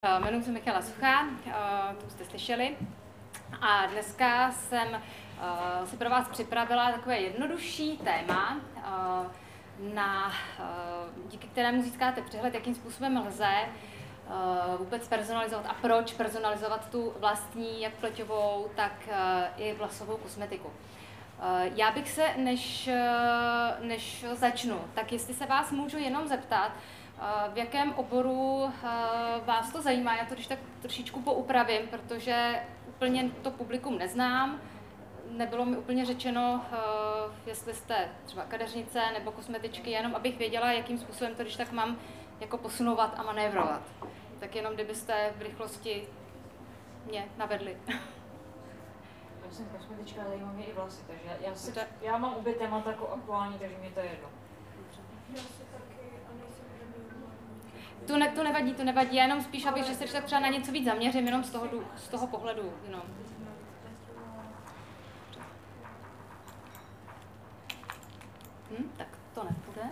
Jmenuji se Michala Suchá, to jste slyšeli. A dneska jsem si pro vás připravila takové jednodušší téma, díky kterému získáte přehled, jakým způsobem lze vůbec personalizovat a proč personalizovat tu vlastní, jak pleťovou, tak i vlasovou kosmetiku. Já bych se, než začnu, tak jestli se vás můžu jenom zeptat, v jakém oboru vás to zajímá, já to když tak trošičku poupravím, protože úplně to publikum neznám, nebylo mi úplně řečeno, jestli jste třeba kadeřnice nebo kosmetičky, jenom abych věděla, jakým způsobem to když tak mám jako posunovat a manévrovat. Tak jenom kdybyste v rychlosti mě navedli. Já jsem kosmetička, zajímá mě i vlasy, takže já mám obě témata jako aktuální, takže mě to je jedno. To nevadí, já jenom spíš, abych, že se tak třeba na něco víc zaměřím, jenom z toho pohledu, jenom. Tak to nepůjde.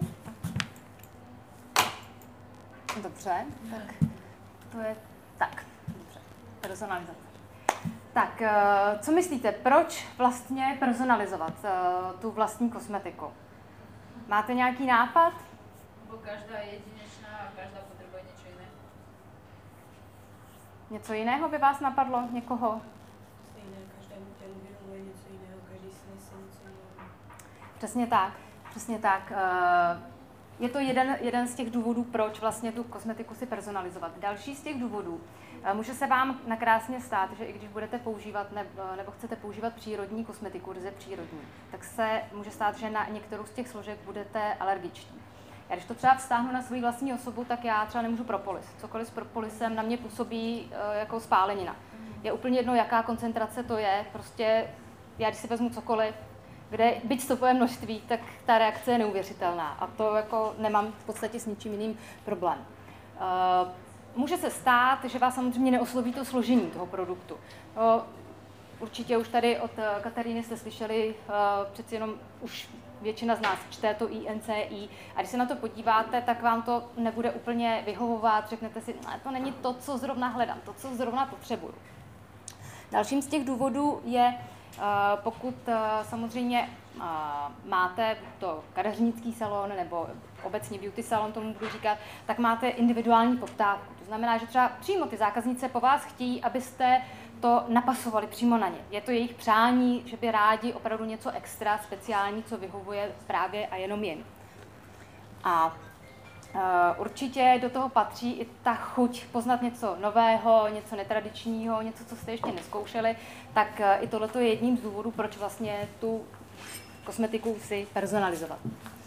Dobře, tak to je tak, dobře, personalizace. Tak, co myslíte, proč vlastně personalizovat tu vlastní kosmetiku? Máte nějaký nápad? Bo každá je jedinečná a každá potřebuje něco jiného. Něco jiného by vás napadlo? Někoho? Stejné, každému tělu vyhovuje něco jiného, každý si nese něco jiného. Přesně tak, přesně tak. Je to jeden z těch důvodů, proč vlastně tu kosmetiku si personalizovat. Další z těch důvodů, může se vám nakrásně stát, že i když budete používat nebo chcete používat přírodní kosmetiku, ryze přírodní, tak se může stát, že na některou z těch složek budete alergičtí. Já když to třeba vztáhnu na svou vlastní osobu, tak já třeba nemůžu propolis. Cokoliv s propolisem na mě působí jako spálenina. Je úplně jedno, jaká koncentrace to je, prostě já když si vezmu cokoliv, kde byť stopové množství, tak ta reakce je neuvěřitelná a to jako nemám v podstatě s ničím jiným problém. Může se stát, že vás samozřejmě neosloví to složení toho produktu. Určitě už tady od Kataríny jste slyšeli, přeci jenom už většina z nás čte to INCI a když se na to podíváte, tak vám to nebude úplně vyhovovat, řeknete si, to není to, co zrovna hledám, to, co zrovna potřebuju. Dalším z těch důvodů je, pokud samozřejmě máte to kadeřnický salon nebo obecně beauty salon, tomu budu říkat, tak máte individuální poptávku. To znamená, že třeba přímo ty zákaznice po vás chtějí, abyste to napasovali přímo na ně. Je to jejich přání, že by rádi opravdu něco extra speciální, co vyhovuje právě a jenom jim. A určitě do toho patří i ta chuť poznat něco nového, něco netradičního, něco, co jste ještě nezkoušeli, tak i tohle je jedním z důvodů, proč vlastně tu kosmetiku si personalizovat.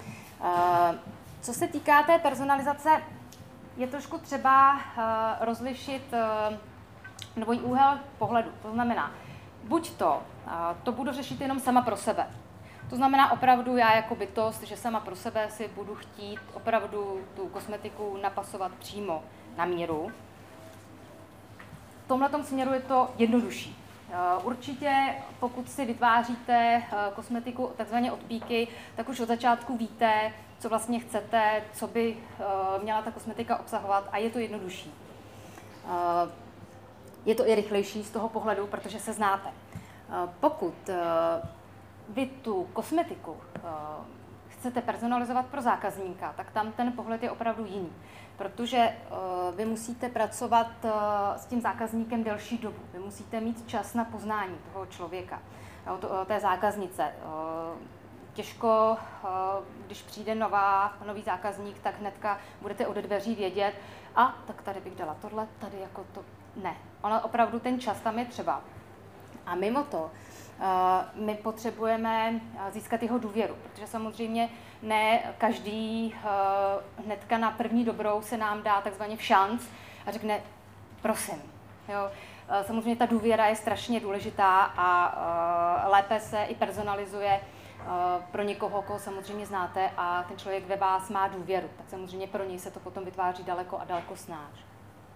Co se týká té personalizace, je trošku třeba rozlišit nový úhel pohledu. To znamená, buď to budu řešit jenom sama pro sebe. To znamená opravdu já jako bytost, že sama pro sebe si budu chtít opravdu tu kosmetiku napasovat přímo na míru. V tomhletom směru je to jednodušší. Určitě, pokud si vytváříte kosmetiku takzvaně od píky, tak už od začátku víte, co vlastně chcete, co by měla ta kosmetika obsahovat a je to jednodušší. Je to i rychlejší z toho pohledu, protože se znáte. Pokud vy tu kosmetiku chcete personalizovat pro zákazníka, tak tam ten pohled je opravdu jiný. Protože vy musíte pracovat s tím zákazníkem delší dobu. Vy musíte mít čas na poznání toho člověka, té zákaznice. Těžko, když přijde nový zákazník, tak hnedka budete ode dveří vědět, tak tady bych dala tohle, tady jako to ne. Ono opravdu ten čas tam je třeba. A mimo to, my potřebujeme získat jeho důvěru, protože samozřejmě ne každý hnedka na první dobrou se nám dá takzvaně všanc a řekne prosím. Jo. Samozřejmě ta důvěra je strašně důležitá a lépe se i personalizuje pro někoho, koho samozřejmě znáte a ten člověk ve vás má důvěru, tak samozřejmě pro něj se to potom vytváří daleko a daleko snáž.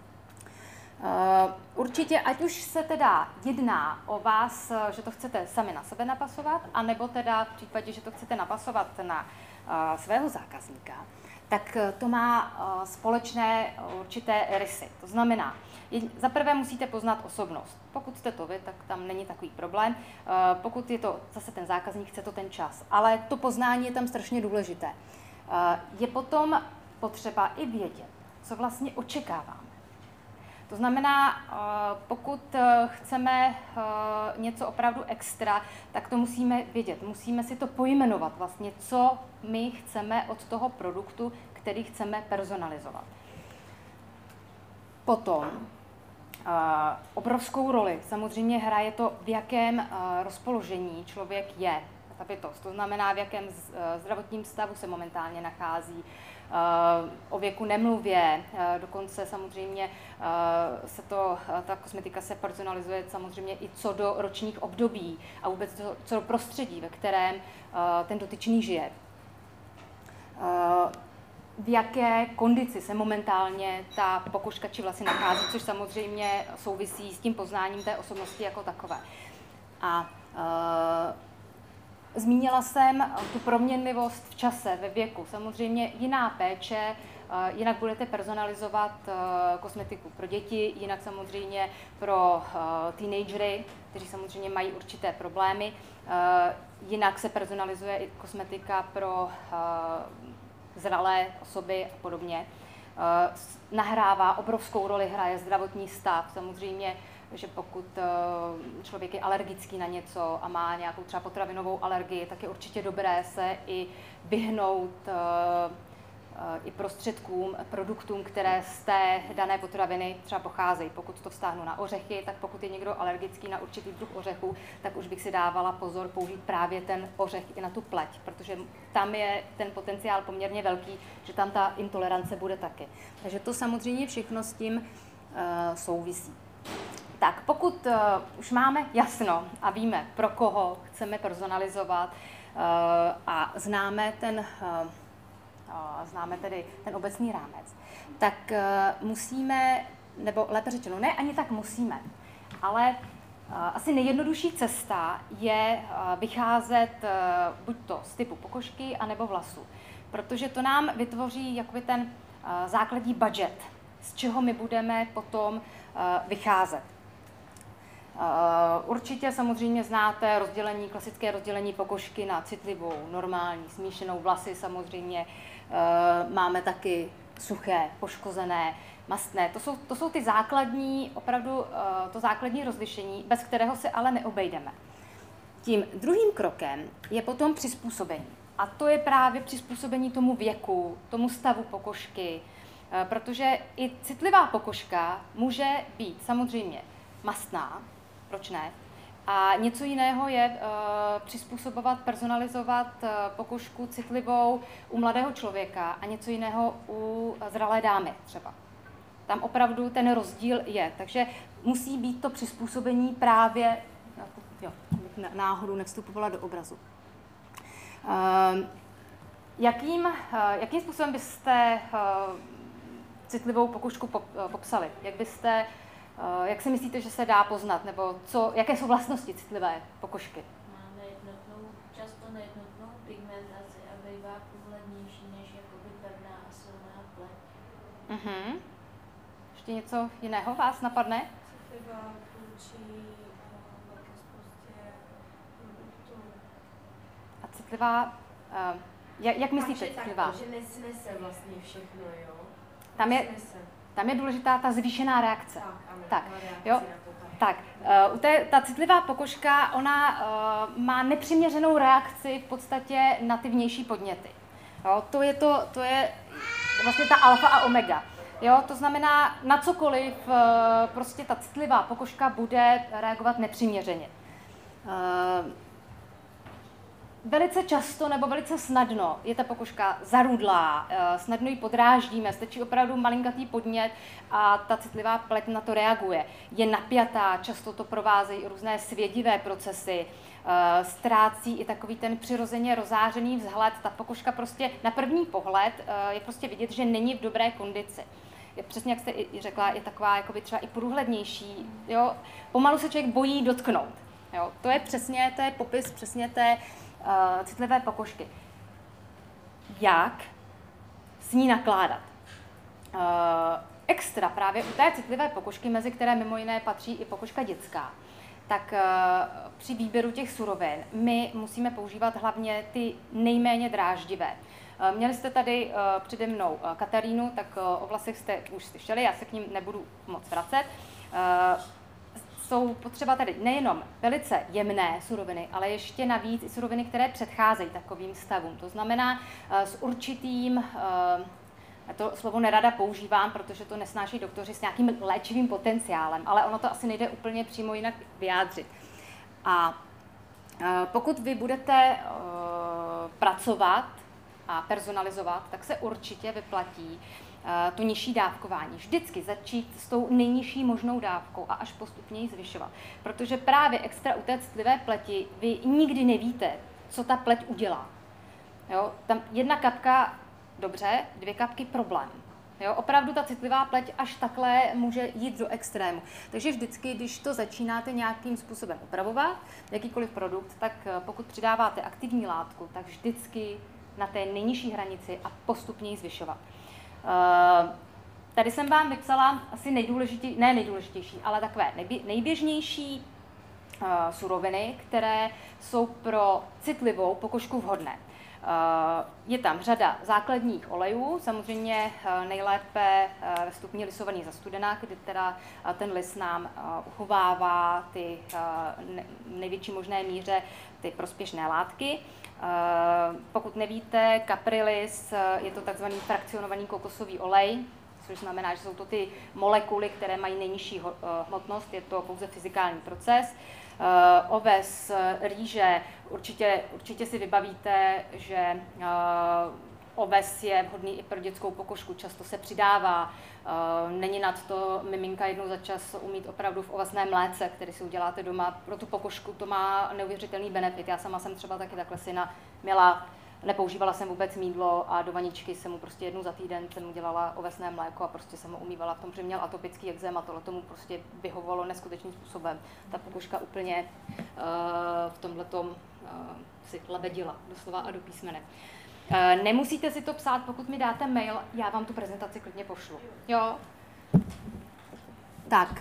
Určitě, ať už se teda jedná o vás, že to chcete sami na sebe napasovat, anebo teda v případě, že to chcete napasovat na svého zákazníka, tak to má společné určité rysy. To znamená, za prvé musíte poznat osobnost. Pokud jste to vy, tak tam není takový problém. Pokud je to zase ten zákazník, chce to ten čas. Ale to poznání je tam strašně důležité. Je potom potřeba i vědět, co vlastně očekáváme. To znamená, pokud chceme něco opravdu extra, tak to musíme vědět. Musíme si to pojmenovat vlastně, co my chceme od toho produktu, který chceme personalizovat. Potom obrovskou roli samozřejmě hraje to, v jakém rozpoložení člověk je, ta bytost. To znamená, v jakém zdravotním stavu se momentálně nachází, o věku nemluvě, dokonce samozřejmě ta kosmetika se personalizuje samozřejmě i co do ročních období a vůbec co do prostředí, ve kterém ten dotyčný žije. V jaké kondici se momentálně ta pokožka či vlasy nachází, což samozřejmě souvisí s tím poznáním té osobnosti jako takové. A zmínila jsem tu proměnlivost v čase, ve věku. Samozřejmě jiná péče, jinak budete personalizovat kosmetiku pro děti, jinak samozřejmě pro teenagery, kteří samozřejmě mají určité problémy. Jinak se personalizuje i kosmetika pro zralé osoby a podobně. Nahrává obrovskou roli, hraje zdravotní stav. Samozřejmě, že pokud člověk je alergický na něco a má nějakou třeba potravinovou alergii, tak je určitě dobré se i vyhnout i prostředkům, produktům, které z té dané potraviny třeba pocházejí. Pokud to vztáhnu na ořechy, tak pokud je někdo alergický na určitý druh ořechů, tak už bych si dávala pozor použít právě ten ořech i na tu pleť, protože tam je ten potenciál poměrně velký, že tam ta intolerance bude taky. Takže to samozřejmě všechno s tím souvisí. Tak pokud už máme jasno a víme, pro koho chceme personalizovat a známe tedy ten obecný rámec, tak musíme, nebo lépe řečeno, ne ani tak musíme, ale asi nejjednodušší cesta je vycházet buď to z typu pokožky, anebo vlasu, protože to nám vytvoří jakoby ten základní budget, z čeho my budeme potom vycházet. Určitě samozřejmě znáte klasické rozdělení pokožky na citlivou, normální, smíšenou, vlasy samozřejmě. Máme taky suché, poškozené, mastné. To jsou ty základní, opravdu to základní rozlišení, bez kterého se ale neobejdeme. Tím druhým krokem je potom přizpůsobení. A to je právě přizpůsobení tomu věku, tomu stavu pokožky, protože i citlivá pokožka může být samozřejmě mastná, proč ne? A něco jiného je přizpůsobovat, personalizovat pokožku citlivou u mladého člověka a něco jiného u zralé dámy třeba. Tam opravdu ten rozdíl je, takže musí být to přizpůsobení právě, náhodou nevstupovala do obrazu. Jakým způsobem byste citlivou pokožku popsali? Jak si myslíte, že se dá poznat, nebo jaké jsou vlastnosti citlivé pokožky? Má často nejednotnou pigmentaci a bývá průhlednější než jakoby pevná a silná pleť. Ještě něco jiného vás napadne? Citlivá vůči velkosti produktů. A citlivá, jak myslíte citlivá? Tak, že nesnese vlastně všechno, jo? Tam je důležitá ta zvýšená reakce. Tak, jo? Ta citlivá pokožka, ona má nepřiměřenou reakci v podstatě na ty vnější podněty. Jo? To je vlastně ta alfa a omega. Jo? To znamená, na cokoliv prostě ta citlivá pokožka bude reagovat nepřiměřeně. Velice často nebo velice snadno je ta pokožka zarudlá, snadno ji podráždíme, stačí opravdu malinkatý podnět a ta citlivá pleť na to reaguje. Je napjatá, často to provázejí různé svědivé procesy, ztrácí i takový ten přirozeně rozářený vzhled. Ta pokožka prostě na první pohled je prostě vidět, že není v dobré kondici. Je přesně, jak jste i řekla, je taková jakoby třeba i průhlednější. Jo? Pomalu se člověk bojí dotknout. Jo? To je popis přesně té citlivé pokožky. Jak s ní nakládat. Extra právě u té citlivé pokožky, mezi které mimo jiné patří i pokožka dětská, tak při výběru těch surovin my musíme používat hlavně ty nejméně dráždivé. Měli jste tady přede mnou Katarínu, tak o vlasech jste už slyšeli, já se k ním nebudu moc vracet. Jsou potřeba tady nejenom velice jemné suroviny, ale ještě navíc i suroviny, které předcházejí takovým stavům. To znamená s určitým, to slovo nerada používám, protože to nesnáší doktoři, s nějakým léčivým potenciálem, ale ono to asi nejde úplně přímo jinak vyjádřit. A pokud vy budete pracovat a personalizovat, tak se určitě vyplatí to nižší dávkování. Vždycky začít s tou nejnižší možnou dávkou a až postupně ji zvyšovat. Protože právě extra u té citlivé pleti vy nikdy nevíte, co ta pleť udělá. Jo? Tam jedna kapka dobře, 2 kapky problém. Jo? Opravdu ta citlivá pleť až takhle může jít do extrému. Takže vždycky, když to začínáte nějakým způsobem upravovat, jakýkoliv produkt, tak pokud přidáváte aktivní látku, tak vždycky na té nejnižší hranici a postupně ji zvyšovat. Tady jsem vám vypsala asi nejdůležitější, ale takové nejběžnější suroviny, které jsou pro citlivou pokožku vhodné. Je tam řada základních olejů, samozřejmě nejlépe ve stupni lisovaný za studena, kdy teda ten lis nám uchovává ty největší možné míře ty prospěšné látky. Pokud nevíte, Caprilis je to takzvaný frakcionovaný kokosový olej, což znamená, že jsou to ty molekuly, které mají nejnižší hmotnost, je to pouze fyzikální proces. Oves, rýže, určitě si vybavíte, že oves je vhodný i pro dětskou pokožku, často se přidává. Není nad to miminka jednou za čas umít opravdu v ovesném mléce, který si uděláte doma. Pro tu pokožku to má neuvěřitelný benefit. Já sama jsem třeba taky takhle syna měla, nepoužívala jsem vůbec mýdlo a do vaničky jsem mu prostě jednou za týden jsem mu dělala ovesné mléko a prostě jsem mu umývala v tom, že měl atopický ekzém a tohle tomu prostě vyhovovalo neskutečným způsobem. Ta pokožka úplně v tomhletom si lebedila, doslova a do písmene. Nemusíte si to psát, pokud mi dáte mail, já vám tu prezentaci klidně pošlu. Jo? Tak,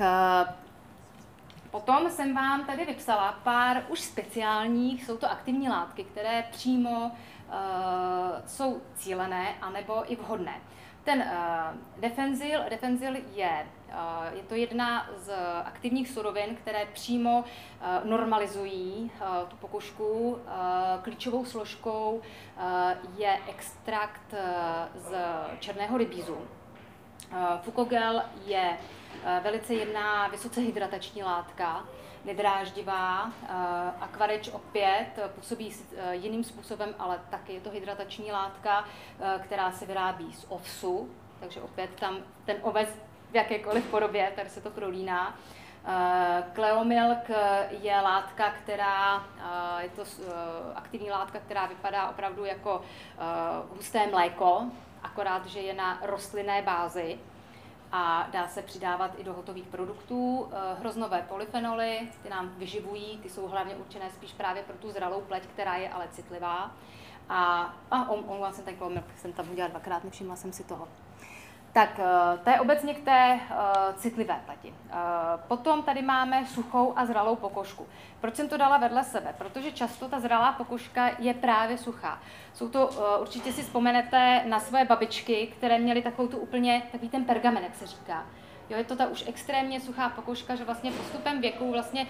potom jsem vám tady vypsala pár už speciálních, jsou to aktivní látky, které přímo jsou cílené anebo i vhodné. Ten Defenzil je to jedna z aktivních surovin, které přímo normalizují tu pokožku. Klíčovou složkou je extrakt z černého rybízu. Fukogel je velice jemná, vysoce hydratační látka, nedráždivá. Aquareč opět působí jiným způsobem, ale taky je to hydratační látka, která se vyrábí z ovsu, takže opět tam ten oves v jakékoliv podobě, tady se to prolíná. Cleomilk je látka, je to aktivní látka, která vypadá opravdu jako husté mléko, akorát, že je na rostlinné bázi a dá se přidávat i do hotových produktů. Hroznové polyfenoly, ty nám vyživují, ty jsou hlavně určené spíš právě pro tu zralou pleť, která je ale citlivá. Omlouvám se, ten Cleomilk jsem tam udělala 2krát, nevšimla jsem si toho. Tak to je obecně k té citlivé pleti. Potom tady máme suchou a zralou pokožku. Proč jsem to dala vedle sebe? Protože často ta zralá pokožka je právě suchá. Určitě si vzpomenete na své babičky, které měly takový ten pergamen, jak se říká. Jo, je to ta už extrémně suchá pokožka, že vlastně postupem věku vlastně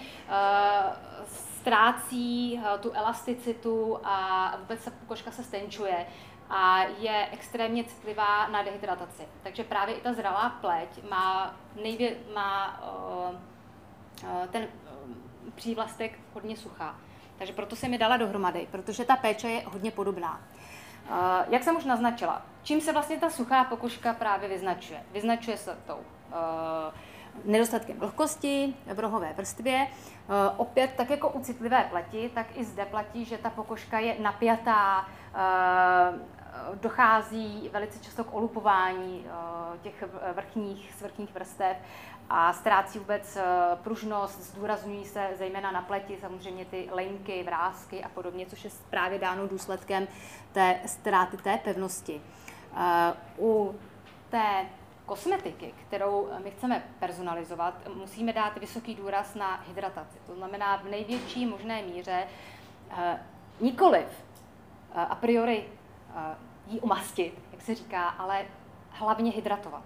ztrácí tu elasticitu a vůbec ta pokožka se stenčuje a je extrémně citlivá na dehydrataci. Takže právě i ta zralá pleť má ten přívlastek hodně suchá. Takže proto jsem mi dala dohromady, protože ta péče je hodně podobná. Jak jsem už naznačila, čím se vlastně ta suchá pokožka právě vyznačuje? Vyznačuje se tou nedostatkem vlhkosti v rohové vrstvě. Opět, tak jako u citlivé pleti, tak i zde platí, že ta pokožka je napjatá, dochází velice často k olupování těch vrchních vrstev a ztrácí vůbec pružnost, zdůrazňují se zejména na pleti, samozřejmě ty lejnky, vrásky a podobně, což je právě dáno důsledkem té ztráty té pevnosti. U té kosmetiky, kterou my chceme personalizovat, musíme dát vysoký důraz na hydrataci. To znamená v největší možné míře nikoliv a priori jí umastit, jak se říká, ale hlavně hydratovat.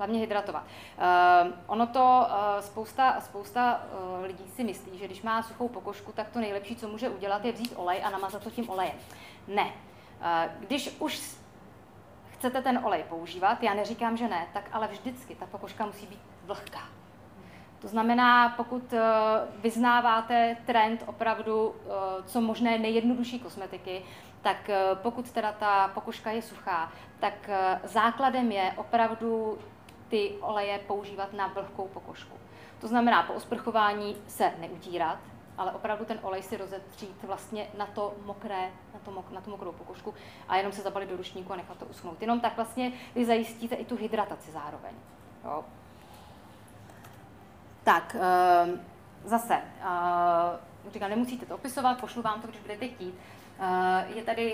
Ono to spousta lidí si myslí, že když má suchou pokožku, tak to nejlepší, co může udělat, je vzít olej a namazat to tím olejem. Ne. Když už chcete ten olej používat, já neříkám, že ne, tak ale vždycky ta pokožka musí být vlhká. To znamená, pokud vyznáváte trend opravdu co možné nejjednodušší kosmetiky, tak pokud teda ta pokožka je suchá, tak základem je opravdu ty oleje používat na vlhkou pokožku. To znamená po osprchování se neutírat, ale opravdu ten olej si rozetřít vlastně na to mokré, na tu mokrou pokožku a jenom se zabalit do ručníku a nechat to uschnout. Jenom tak vlastně vy zajistíte i tu hydrataci zároveň. Jo. Tak, zase, říkám, nemusíte to opisovat, pošlu vám to, když budete chtít. Je tady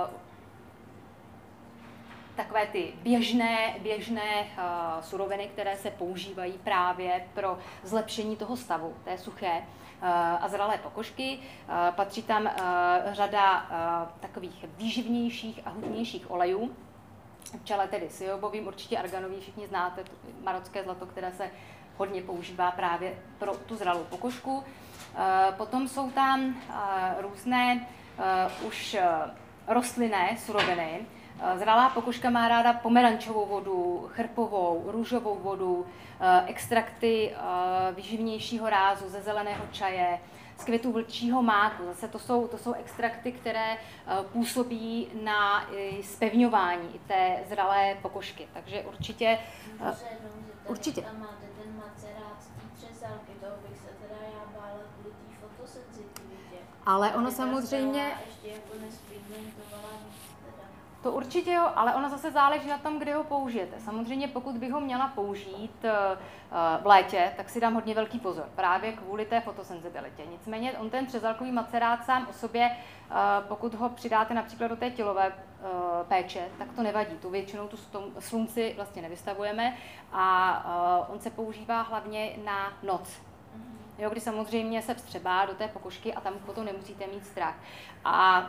takové ty běžné suroviny, které se používají právě pro zlepšení toho stavu, té suché a zralé pokožky. Patří tam řada takových výživnějších a hutnějších olejů. V čele tedy s jobovým, určitě arganový, všichni znáte marocké zlato, které se hodně používá právě pro tu zralou pokožku. Potom jsou tam různé už rostlinné suroviny. Zralá pokožka má ráda pomerančovou vodu, chrpovou, růžovou vodu, extrakty výživnějšího rázu ze zeleného čaje, z květů vlčího máku. Zase to jsou extrakty, které působí na zpevňování té zralé pokožky. Takže určitě... Určitě. Tam máte ten macerát z té třezalky, toho bych se teda já bála kvůli té fotosenzitivitě. Ale ono samozřejmě... Ještě jako nespigmentovala víc teda. To určitě jo, ale ono zase záleží na tom, kde ho použijete. Samozřejmě pokud bych ho měla použít v létě, tak si dám hodně velký pozor, právě kvůli té fotosenzibilitě. Nicméně on ten třezalkový macerát sám o sobě, pokud ho přidáte například do té tělové péče, tak to nevadí. Tu většinou tu slunci vlastně nevystavujeme a on se používá hlavně na noc. Jo, kdy samozřejmě se vstřebá do té pokožky a tam potom nemusíte mít strach. A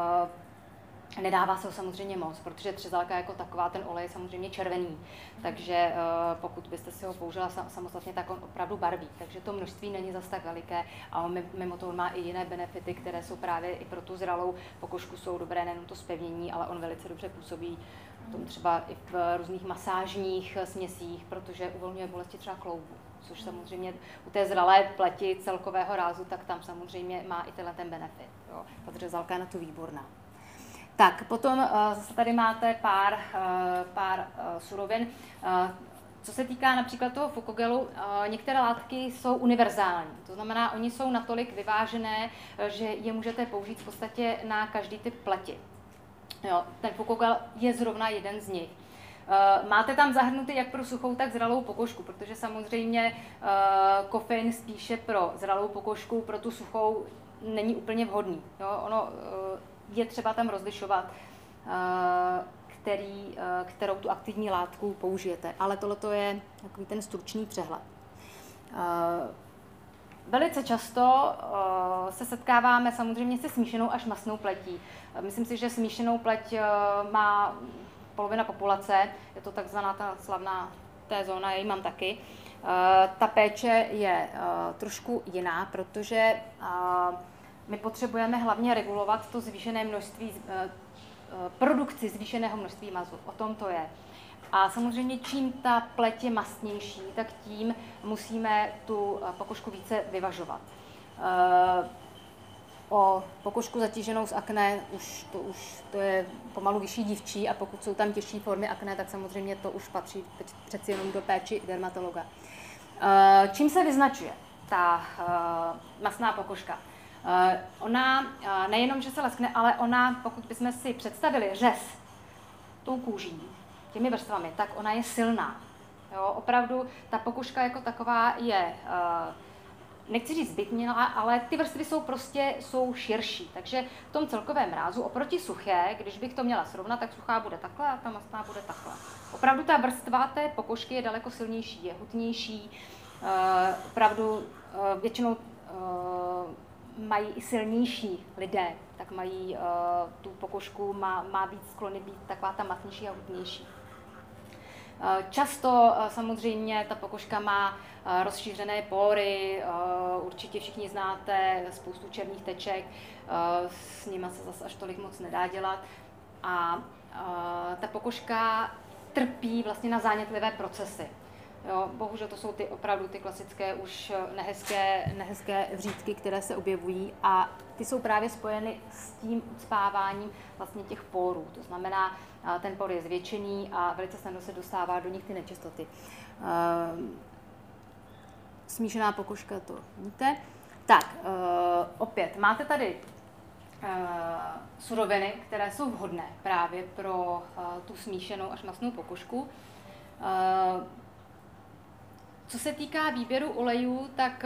nedává se ho samozřejmě moc, protože třezalka jako taková, ten olej je samozřejmě červený. Takže pokud byste si ho použila samostatně, tak on opravdu barví. Takže to množství není zas tak veliké a on mimo toho má i jiné benefity, které jsou právě i pro tu zralou pokožku jsou dobré, nejenom to zpevnění, ale on velice dobře působí v tom třeba i v různých masážních směsích, protože uvolňuje bolesti třeba kloubu. Což samozřejmě u té zralé pleti celkového rázu, tak tam samozřejmě má i tenhle ten benefit. Jo. Ta třezalka je na to výborná. Tak, potom zase tady máte pár surovin. Co se týká například toho fukogelu, některé látky jsou univerzální. To znamená, oni jsou natolik vyvážené, že je můžete použít v podstatě na každý typ pleti. Jo, ten fukogel je zrovna jeden z nich. Máte tam zahrnuty jak pro suchou, tak zralou pokožku, protože samozřejmě kofein spíše pro zralou pokožku, pro tu suchou není úplně vhodný. Jo, ono je třeba tam rozlišovat, kterou tu aktivní látku použijete. Ale tohle je takový ten stručný přehled. Velice často se setkáváme samozřejmě se smíšenou až mastnou pletí. Myslím si, že smíšenou pleť má polovina populace, je to takzvaná ta slavná T-zóna, já ji mám taky. Ta péče je trošku jiná, protože my potřebujeme hlavně regulovat to zvýšené množství, produkci zvýšeného množství mazu. O tom to je. A samozřejmě čím ta pleť je mastnější, tak tím musíme tu pokožku více vyvažovat. O pokožku zatíženou s akné už to je pomalu vyšší dívčí a pokud jsou tam těžší formy akné, tak samozřejmě to už patří přeci jenom do péči dermatologa. Čím se vyznačuje ta mastná pokožka? Ona nejenom, že se leskne, ale ona, pokud bychom si představili řez tou kůží, těmi vrstvami, tak ona je silná. Jo, opravdu ta pokožka jako taková je nechci říct zbytnělá, ale ty vrstvy jsou širší. Takže v tom celkovém rázu oproti suché, když bych to měla srovnat, tak suchá bude takhle a ta mastná bude takhle. Opravdu ta vrstva té pokožky je daleko silnější, je hutnější, opravdu většinou mají i silnější lidé, tak mají tu pokožku, má víc sklony být taková ta matnější a hutnější. Často samozřejmě ta pokožka má rozšířené pory, určitě všichni znáte spoustu černých teček, s nimi se zase až tolik moc nedá dělat. A ta pokožka trpí vlastně na zánětlivé procesy. Jo, bohužel to jsou opravdu ty klasické už nehezké vřídky, které se objevují a ty jsou právě spojeny s tím ucpáváním vlastně těch pórů. To znamená, ten por je zvětšený a velice snadno se dostává do nich ty nečistoty. Smíšená pokožka, to víte. Tak, opět, máte tady suroviny, které jsou vhodné právě pro tu smíšenou až mastnou pokožku. Co se týká výběru olejů, tak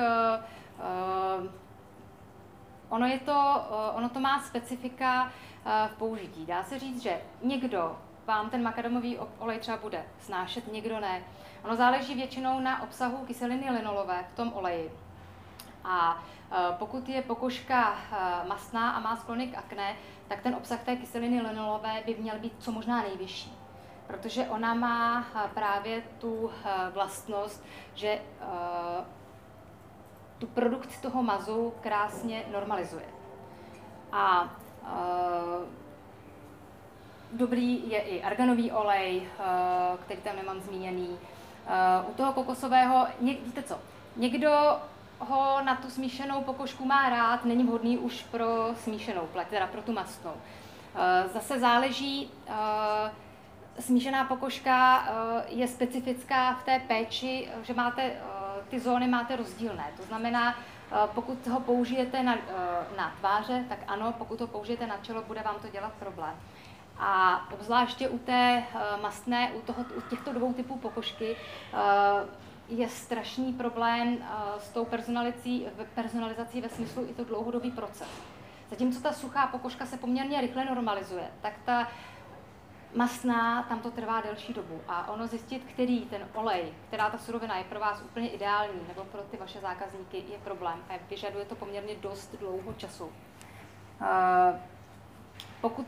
ono to má specifika v použití. Dá se říct, že někdo vám ten makadomový olej třeba bude snášet, někdo ne. Ono záleží většinou na obsahu kyseliny linolové v tom oleji. A pokud je pokožka mastná a má sklony k akné, tak ten obsah té kyseliny linolové by měl být co možná nejvyšší. Protože ona má právě tu vlastnost, že tu produkt toho mazu krásně normalizuje. A dobrý je i arganový olej, který tam nemám zmíněný. U toho kokosového, víte co, někdo ho na tu smíšenou pokožku má rád, není vhodný už pro smíšenou pleť, teda pro tu mastnou. Zase záleží, smíšená pokožka je specifická v té péči, že ty zóny máte rozdílné. To znamená, pokud ho použijete na tváře, tak ano, pokud ho použijete na čelo, bude vám to dělat problém. A obzvláště u té mastné, u těchto dvou typů pokožky je strašný problém s tou personalizací ve smyslu i to dlouhodobý proces. Zatímco ta suchá pokožka se poměrně rychle normalizuje, tak ta mastná, tam to trvá delší dobu. A ono zjistit, který ten olej, která ta surovina je pro vás úplně ideální, nebo pro ty vaše zákazníky, je problém. A vyžaduje to poměrně dost dlouho času. Pokud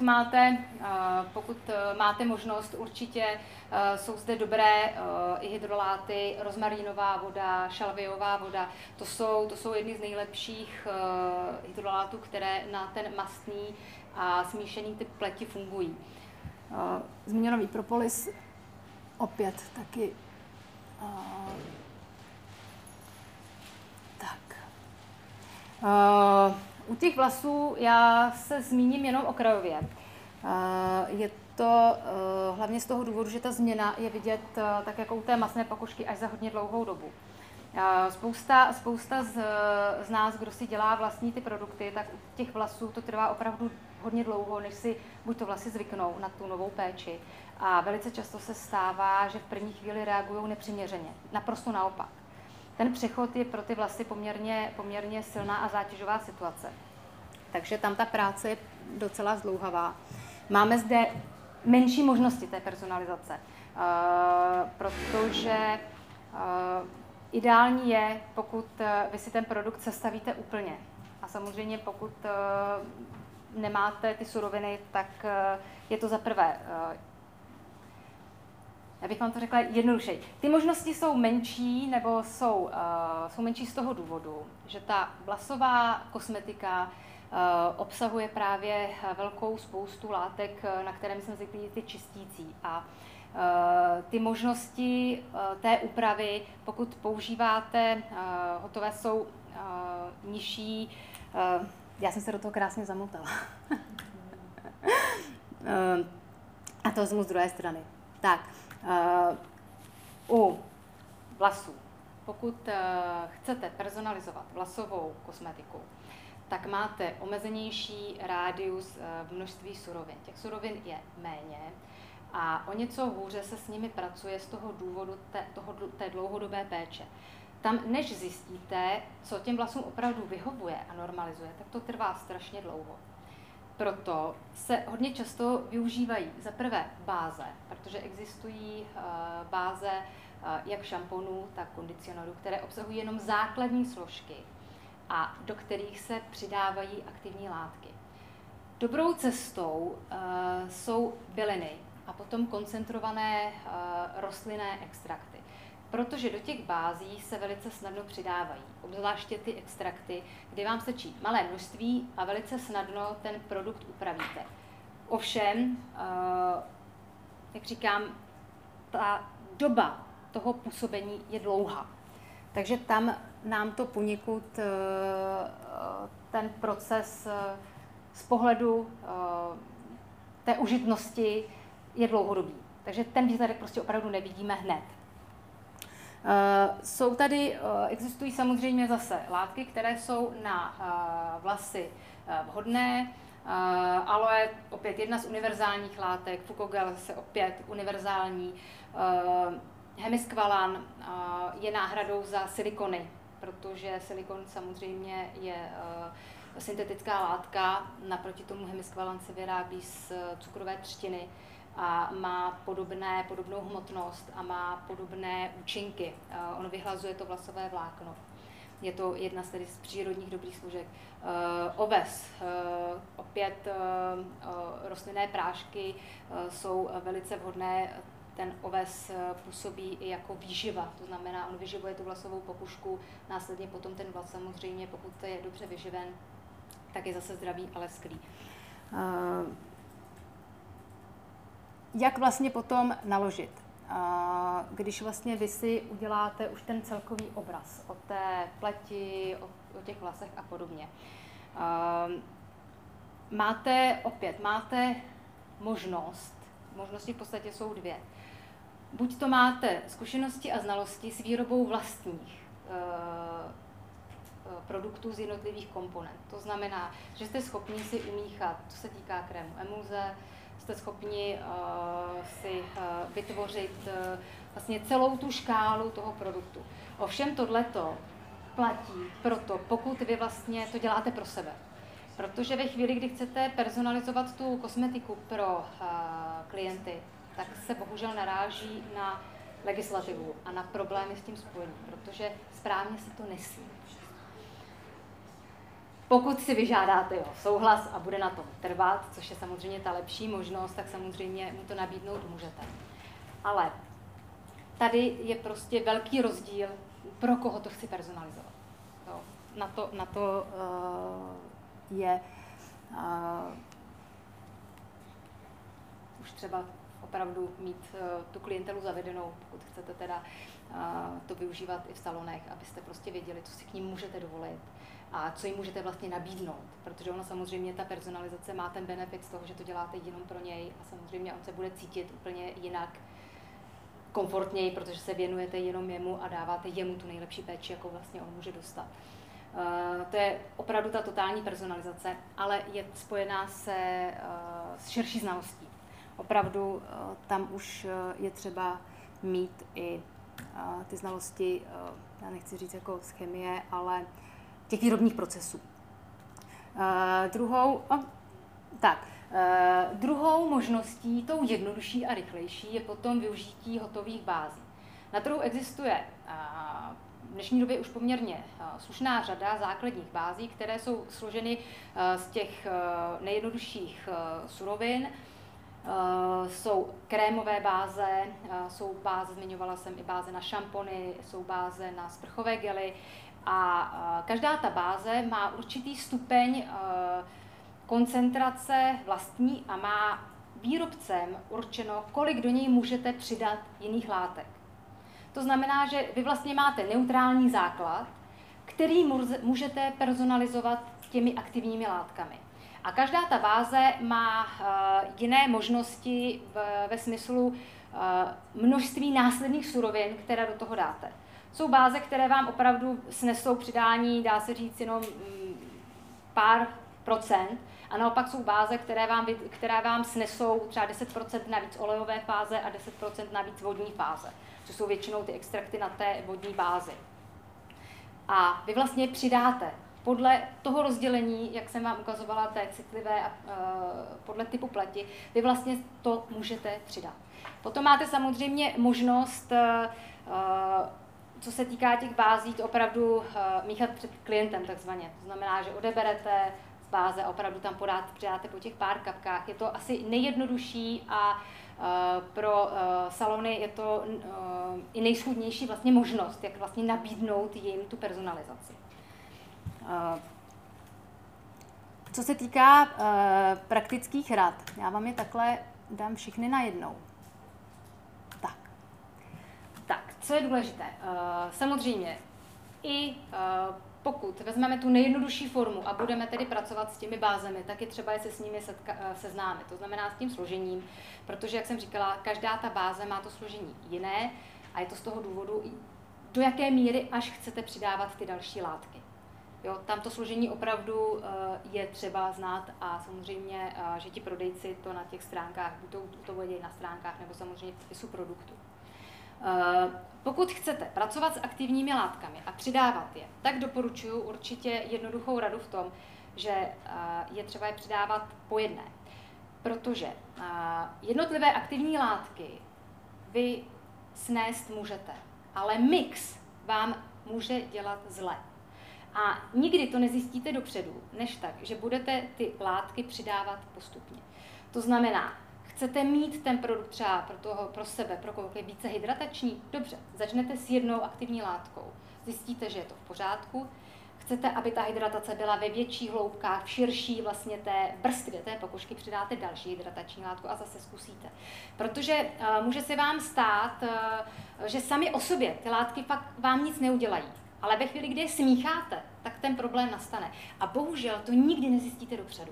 máte možnost, určitě jsou zde dobré i hydroláty, rozmarínová voda, šalviová voda. To jsou jedny z nejlepších hydrolátů, které na ten mastný a smíšený typ pleti fungují. Zmíněnový propolis, opět taky. Tak. U těch vlasů já se zmíním jenom okrajově. Je to hlavně z toho důvodu, že ta změna je vidět tak jako u té mastné pokožky až za hodně dlouhou dobu. Spousta z nás, kdo si dělá vlastní ty produkty, tak u těch vlasů to trvá opravdu hodně dlouho, než si buď to vlasy zvyknou na tu novou péči. A velice často se stává, že v první chvíli reagují nepřiměřeně. Naprosto naopak. Ten přechod je pro ty vlasy poměrně silná a zátěžová situace. Takže tam ta práce je docela zdlouhavá. Máme zde menší možnosti té personalizace, protože ideální je, pokud vy si ten produkt sestavíte úplně. A samozřejmě pokud nemáte ty suroviny, tak je to za prvé. Já bych vám to řekla jednodušeji. Ty možnosti jsou menší, nebo jsou menší z toho důvodu, že ta vlasová kosmetika obsahuje právě velkou spoustu látek, na které jsme zvyklí ty čistící. A ty možnosti té úpravy, pokud používáte hotové, jsou nižší. Já jsem se do toho krásně zamotala. A to vezmu z druhé strany. Tak, u vlasů, pokud chcete personalizovat vlasovou kosmetiku, tak máte omezenější rádius v množství surovin. Těch surovin je méně a o něco hůře se s nimi pracuje z toho důvodu té dlouhodobé péče. tam, než zjistíte, co těm vlasům opravdu vyhovuje a normalizuje, tak to trvá strašně dlouho. Proto se hodně často využívají za prvé báze, protože existují báze jak šamponů, tak kondicionérů, které obsahují jenom základní složky a do kterých se přidávají aktivní látky. Dobrou cestou jsou byliny a potom koncentrované rostlinné extrakty, protože do těch bází se velice snadno přidávají, obzvláště ty extrakty, kdy vám stačí malé množství a velice snadno ten produkt upravíte. Ovšem, jak říkám, ta doba toho působení je dlouhá. Takže tam nám to poněkud ten proces z pohledu té užitnosti je dlouhodobý. Takže ten výsledek prostě opravdu nevidíme hned. Existují samozřejmě zase látky, které jsou na vlasy vhodné. Aloe, opět jedna z univerzálních látek, Fugogel zase opět univerzální. Hemiskvalan je náhradou za silikony, protože silikon samozřejmě je syntetická látka, naproti tomu hemiskvalan se vyrábí z cukrové třtiny a má podobnou hmotnost a má podobné účinky. Ono vyhlazuje to vlasové vlákno. Je to jedna z přírodních dobrých složek. Oves, opět rostlinné prášky jsou velice vhodné. Ten oves působí i jako výživa, to znamená, on vyživuje tu vlasovou popušku, následně potom ten vlas samozřejmě, pokud je dobře vyživen, tak je zase zdravý, ale sklý. Jak vlastně potom naložit? Když vlastně vy si uděláte už ten celkový obraz o té pleti, o těch vlasech a podobně. Máte možnosti v podstatě jsou dvě. Buď to máte zkušenosti a znalosti s výrobou vlastních produktů z jednotlivých komponent. To znamená, že jste schopni si umíchat, co se týká krému emulze, jste schopni si vytvořit vlastně celou tu škálu toho produktu. Ovšem tohleto platí proto, pokud vy vlastně to děláte pro sebe. Protože ve chvíli, kdy chcete personalizovat tu kosmetiku pro klienty, tak se bohužel naráží na legislativu a na problémy s tím spojený, protože správně se to nesmí. Pokud si vyžádáte souhlas a bude na tom trvat, což je samozřejmě ta lepší možnost, tak samozřejmě mu to nabídnout můžete. Ale tady je prostě velký rozdíl, pro koho to chci personalizovat. Jo. Na to je už třeba opravdu mít tu klientelu zavedenou, pokud chcete teda to využívat i v salonech, abyste prostě věděli, co si k ním můžete dovolit a co jim můžete vlastně nabídnout, protože ono samozřejmě ta personalizace má ten benefit z toho, že to děláte jenom pro něj a samozřejmě on se bude cítit úplně jinak, komfortněji, protože se věnujete jenom jemu a dáváte jemu tu nejlepší péči, jakou vlastně on může dostat. To je opravdu ta totální personalizace, ale je spojená s širší znalostí. Opravdu tam už je třeba mít i ty znalosti, já nechci říct jako z chemie, ale těch výrobních procesů. Druhou možností, tou jednodušší a rychlejší, je potom využití hotových bází. Na trhu existuje v dnešní době už poměrně slušná řada základních bází, které jsou složeny z těch nejjednodušších surovin. Jsou krémové báze, jsou báze, zmiňovala jsem i báze na šampony, jsou báze na sprchové gely a každá ta báze má určitý stupeň koncentrace vlastní a má výrobcem určeno, kolik do něj můžete přidat jiných látek. To znamená, že vy vlastně máte neutrální základ, který můžete personalizovat těmi aktivními látkami. A každá ta báze má jiné možnosti ve smyslu množství následných surovin, které do toho dáte. Jsou báze, které vám opravdu snesou přidání, dá se říct, jenom pár procent, a naopak jsou báze, které vám snesou třeba 10% navíc olejové fáze a 10% navíc vodní fáze, což jsou většinou ty extrakty na té vodní bázi. A vy vlastně přidáte podle toho rozdělení, jak jsem vám ukazovala, té citlivé a podle typu pleti, vy vlastně to můžete přidat. Potom máte samozřejmě možnost, co se týká těch bází, to opravdu míchat před klientem takzvaně. To znamená, že odeberete z báze a opravdu tam přidáte po těch pár kapkách. Je to asi nejjednodušší a pro salony je to i nejschůdnější vlastně možnost, jak vlastně nabídnout jim tu personalizaci. Co se týká praktických rad, já vám je takhle dám všechny najednou. Tak, co je důležité? Samozřejmě, i pokud vezmeme tu nejjednodušší formu a budeme tedy pracovat s těmi bázemi, tak je třeba se s nimi seznámit, to znamená s tím složením, protože, jak jsem říkala, každá ta báze má to složení jiné a je to z toho důvodu, do jaké míry až chcete přidávat ty další látky. Jo, tam to složení opravdu je třeba znát a samozřejmě, že ti prodejci to na těch stránkách, buď to vědějí na stránkách nebo samozřejmě v popisu produktu. Pokud chcete pracovat s aktivními látkami a přidávat je, tak doporučuji určitě jednoduchou radu v tom, že je třeba je přidávat po jedné. Protože jednotlivé aktivní látky vy snést můžete, ale mix vám může dělat zle. A nikdy to nezjistíte dopředu, než tak, že budete ty látky přidávat postupně. To znamená, chcete mít ten produkt třeba pro sebe, pro koho je více hydratační? Dobře, začnete s jednou aktivní látkou. Zjistíte, že je to v pořádku. Chcete, aby ta hydratace byla ve větších hloubkách, v širší vlastně té vrstvě té pokožky, přidáte další hydratační látku a zase zkusíte. Protože může se vám stát, že sami o sobě ty látky fakt vám nic neudělají. Ale ve chvíli, kdy je smícháte, tak ten problém nastane. A bohužel to nikdy nezjistíte dopředu.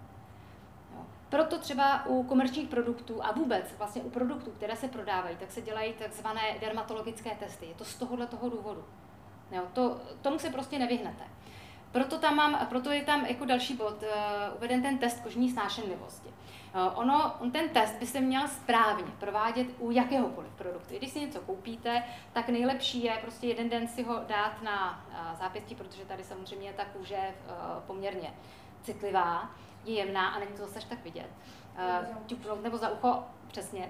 Proto třeba u komerčních produktů a vůbec vlastně u produktů, které se prodávají, tak se dělají takzvané dermatologické testy. Je to z tohoto důvodu. Jo, tomu se prostě nevyhnete. Proto je tam jako další bod uveden ten test kožní snášenlivosti. On ten test by se měl správně provádět u jakéhokoliv produktu. Když si něco koupíte, tak nejlepší je prostě jeden den si ho dát na zápěstí, protože tady samozřejmě ta kůže je poměrně citlivá, je jemná a není to zase tak vidět. Ťupnout nebo za ucho, přesně,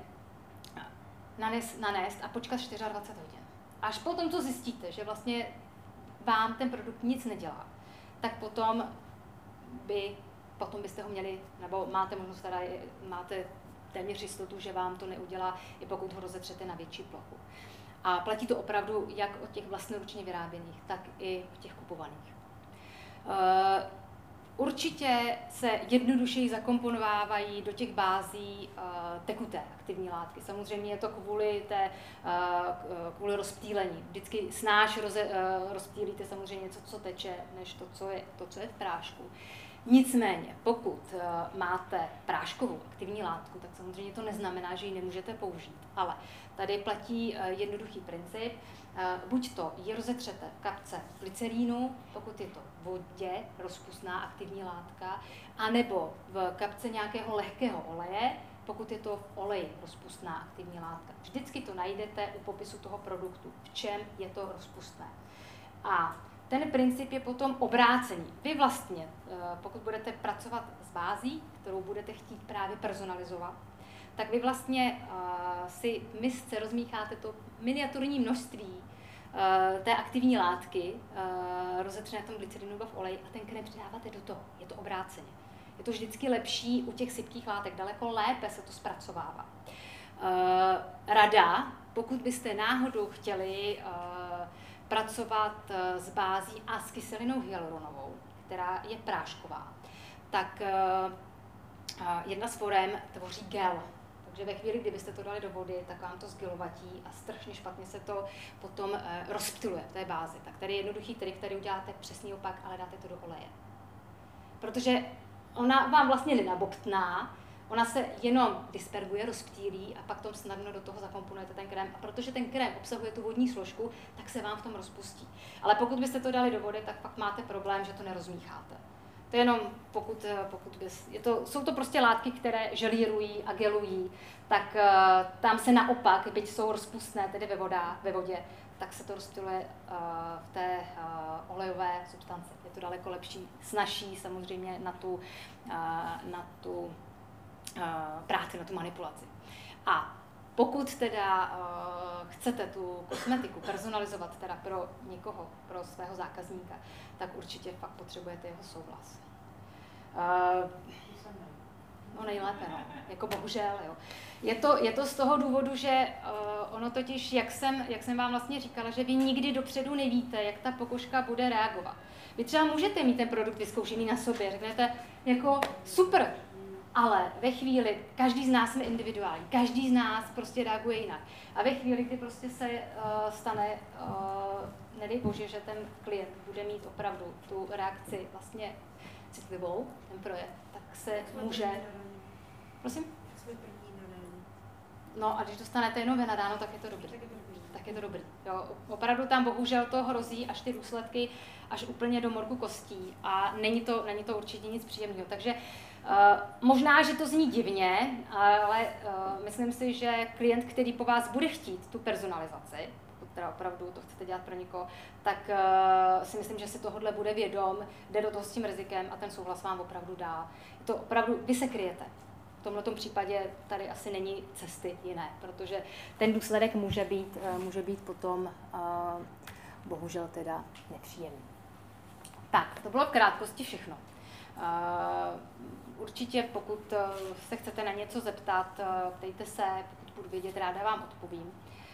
nanést a počkat 24 hodin. Až potom to zjistíte, že vlastně vám ten produkt nic nedělá, tak potom byste ho měli, nebo máte možnost, teda máte téměř jistotu, že vám to neudělá, i pokud ho rozetřete na větší plochu. A platí to opravdu jak od těch vlastnoručně vyráběných, tak i těch kupovaných. Určitě se jednodušeji zakomponovávají do těch bází tekuté aktivní látky. Samozřejmě je to kvůli rozptýlení. Vždycky snáš rozptýlíte samozřejmě něco, co teče, než to, co je v prášku. Nicméně, pokud máte práškovou aktivní látku, tak samozřejmě to neznamená, že ji nemůžete použít. Ale tady platí jednoduchý princip. Buď to ji rozetřete v kapce glycerínu, pokud je to v vodě rozpustná aktivní látka, anebo v kapce nějakého lehkého oleje, pokud je to v oleji rozpustná aktivní látka. Vždycky to najdete u popisu toho produktu, v čem je to rozpustné. A ten princip je potom obrácený. Vy vlastně, pokud budete pracovat s bází, kterou budete chtít právě personalizovat, tak vy vlastně si v misce rozmícháte to miniaturní množství té aktivní látky, rozetřené v tom glycerinu nebo v oleji a ten krém přidáváte do toho. Je to obráceně. Je to vždycky lepší u těch sypkých látek, daleko lépe se to zpracovává. Rada, pokud byste náhodou chtěli pracovat s bází a s kyselinou hyaluronovou, která je prášková, tak jedna z forem tvoří gel. Takže ve chvíli, kdybyste to dali do vody, tak vám to zgelovatí a strašně špatně se to potom rozptyluje v té bázi. Tak tady je jednoduchý trik, který uděláte přesný opak, ale dáte to do oleje. Protože ona vám vlastně nenabobtná, ona se jenom disperguje, rozptýlí a pak tom snadno do toho zakomponujete ten krém. A protože ten krém obsahuje tu vodní složku, tak se vám v tom rozpustí. Ale pokud byste to dali do vody, tak pak máte problém, že to nerozmícháte. To je jenom jsou to prostě látky, které želírují a gelují, tak tam se naopak, byť jsou rozpustné tedy ve vodě, tak se to rozptyluje v té olejové substanci. Je to daleko lepší, snazší samozřejmě na tu práci, na tu manipulaci. A pokud teda chcete tu kosmetiku personalizovat teda pro někoho, pro svého zákazníka, tak určitě fakt potřebujete jeho souhlas. No nejlépe, no. Jako bohužel, jo. Je to z toho důvodu, že ono totiž, jak jsem vám vlastně říkala, že vy nikdy dopředu nevíte, jak ta pokožka bude reagovat. Vy třeba můžete mít ten produkt vyzkoušený na sobě, řeknete jako super, ale ve chvíli, každý z nás jsme individuální, každý z nás prostě reaguje jinak. A ve chvíli, kdy prostě se stane, nedej bože, že ten klient bude mít opravdu tu reakci vlastně citlivou, ten projev, tak se může... Prosím? No a když dostanete jenom vy nadáno, tak je to dobrý. Tak je to dobrý. Jo, opravdu tam bohužel to hrozí až ty důsledky až úplně do morku kostí a není to určitě nic příjemného. Takže možná, že to zní divně, ale myslím si, že klient, který po vás bude chtít tu personalizaci, pokud teda opravdu to chcete dělat pro někoho, tak si myslím, že si tohodle bude vědom, jde do toho s tím rizikem a ten souhlas vám opravdu dá. To opravdu, vy se kryjete. V tomto případě tady asi není cesty jiné, protože ten důsledek může být potom bohužel teda nepříjemný. Tak, to bylo v krátkosti všechno. Určitě, pokud se chcete na něco zeptat, ptejte se, pokud budu vědět, ráda vám odpovím.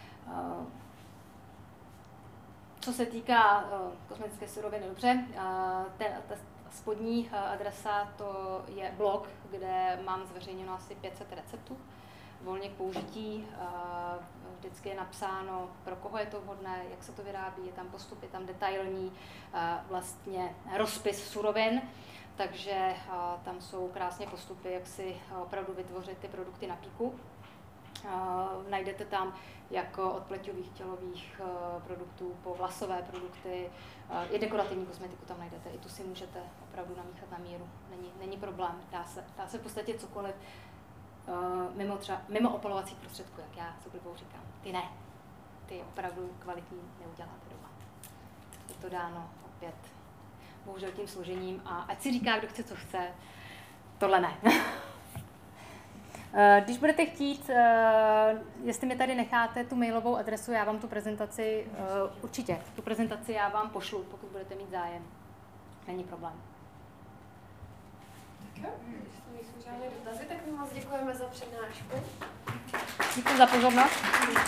Co se týká kosmetické suroviny, dobře, ta spodní adresa to je blog, kde mám zveřejněno asi 500 receptů volně k použití. Vždycky je napsáno, pro koho je to vhodné, jak se to vyrábí, je tam postup, je tam detailní vlastně rozpis surovin, takže tam jsou krásně postupy, jak si opravdu vytvořit ty produkty na píku. Najdete tam jako od pleťových tělových produktů po vlasové produkty, i dekorativní kosmetiku tam najdete, i tu si můžete opravdu namíchat na míru, není problém, dá se v podstatě cokoliv, mimo opalovacích prostředků, jak já s oblibou říkám, ty ne, ty opravdu kvalitní neuděláte doma. Je to dáno opět bohužel tím složením a ať si říká, kdo chce, co chce, tohle ne. Když budete chtít, jestli mi tady necháte tu mailovou adresu, já vám tu prezentaci, určitě, tu prezentaci já vám pošlu, pokud budete mít zájem. Není problém. Tak jo, jestli nejsou žádné dotazy, tak my moc děkujeme za přednášku. Děkuji za pozornost.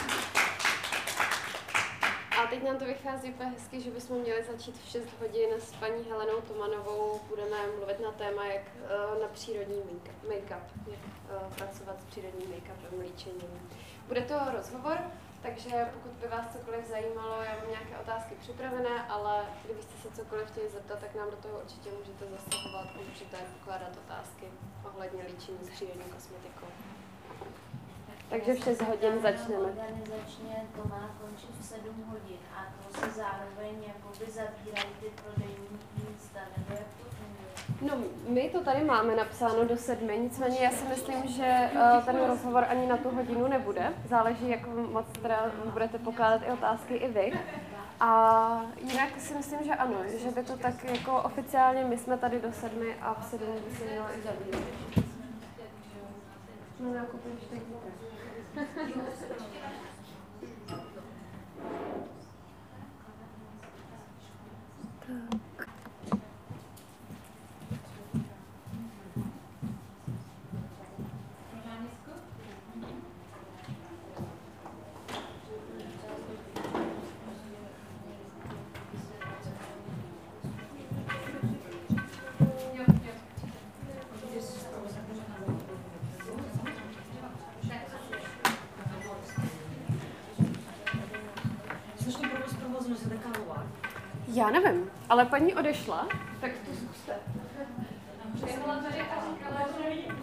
A teď nám to vychází úplně hezky, že bychom měli začít v 6 hodin s paní Helenou Tomanovou. Budeme mluvit na téma, jak na přírodní make-up, jak pracovat s přírodním make-upem, líčením. Bude to rozhovor, takže pokud by vás cokoliv zajímalo, já mám nějaké otázky připravené, ale kdybyste se cokoliv chtěli zeptat, tak nám do toho určitě můžete zasahovat, můžete pokládat otázky ohledně líčení s přírodní kosmetikou. Takže v 6 hodin začneme. Organizačně to má končit v 7 hodin a to se zároveň jakoby zavírají ty prodejní místa, nebo jak to funguje? No, my to tady máme napsáno do 7, nicméně já si myslím, že ten rozhovor ani na tu hodinu nebude. Záleží, jak moc teda budete pokládat i otázky i vy. A jinak si myslím, že ano, že by to tak jako oficiálně, my jsme tady do 7 a v 7 by se měla i zavírat. No, jako ještě Já nevím, ale paní odešla, tak to zkuste. Byla tady a říkala, že nevidím.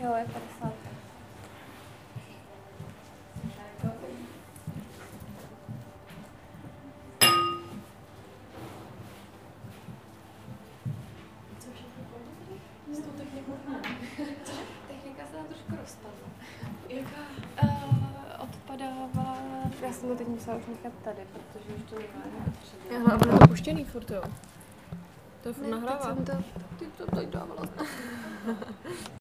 Jo, je 50. Technika se nám trošku rozpadla. Jaká? Odpadávala... Já jsem to teď musela už nechat tady, protože už to nemá potřeba. Aha, a bylo to puštěný furt, jo? To je furt nahrává. Teď jsem to dávala.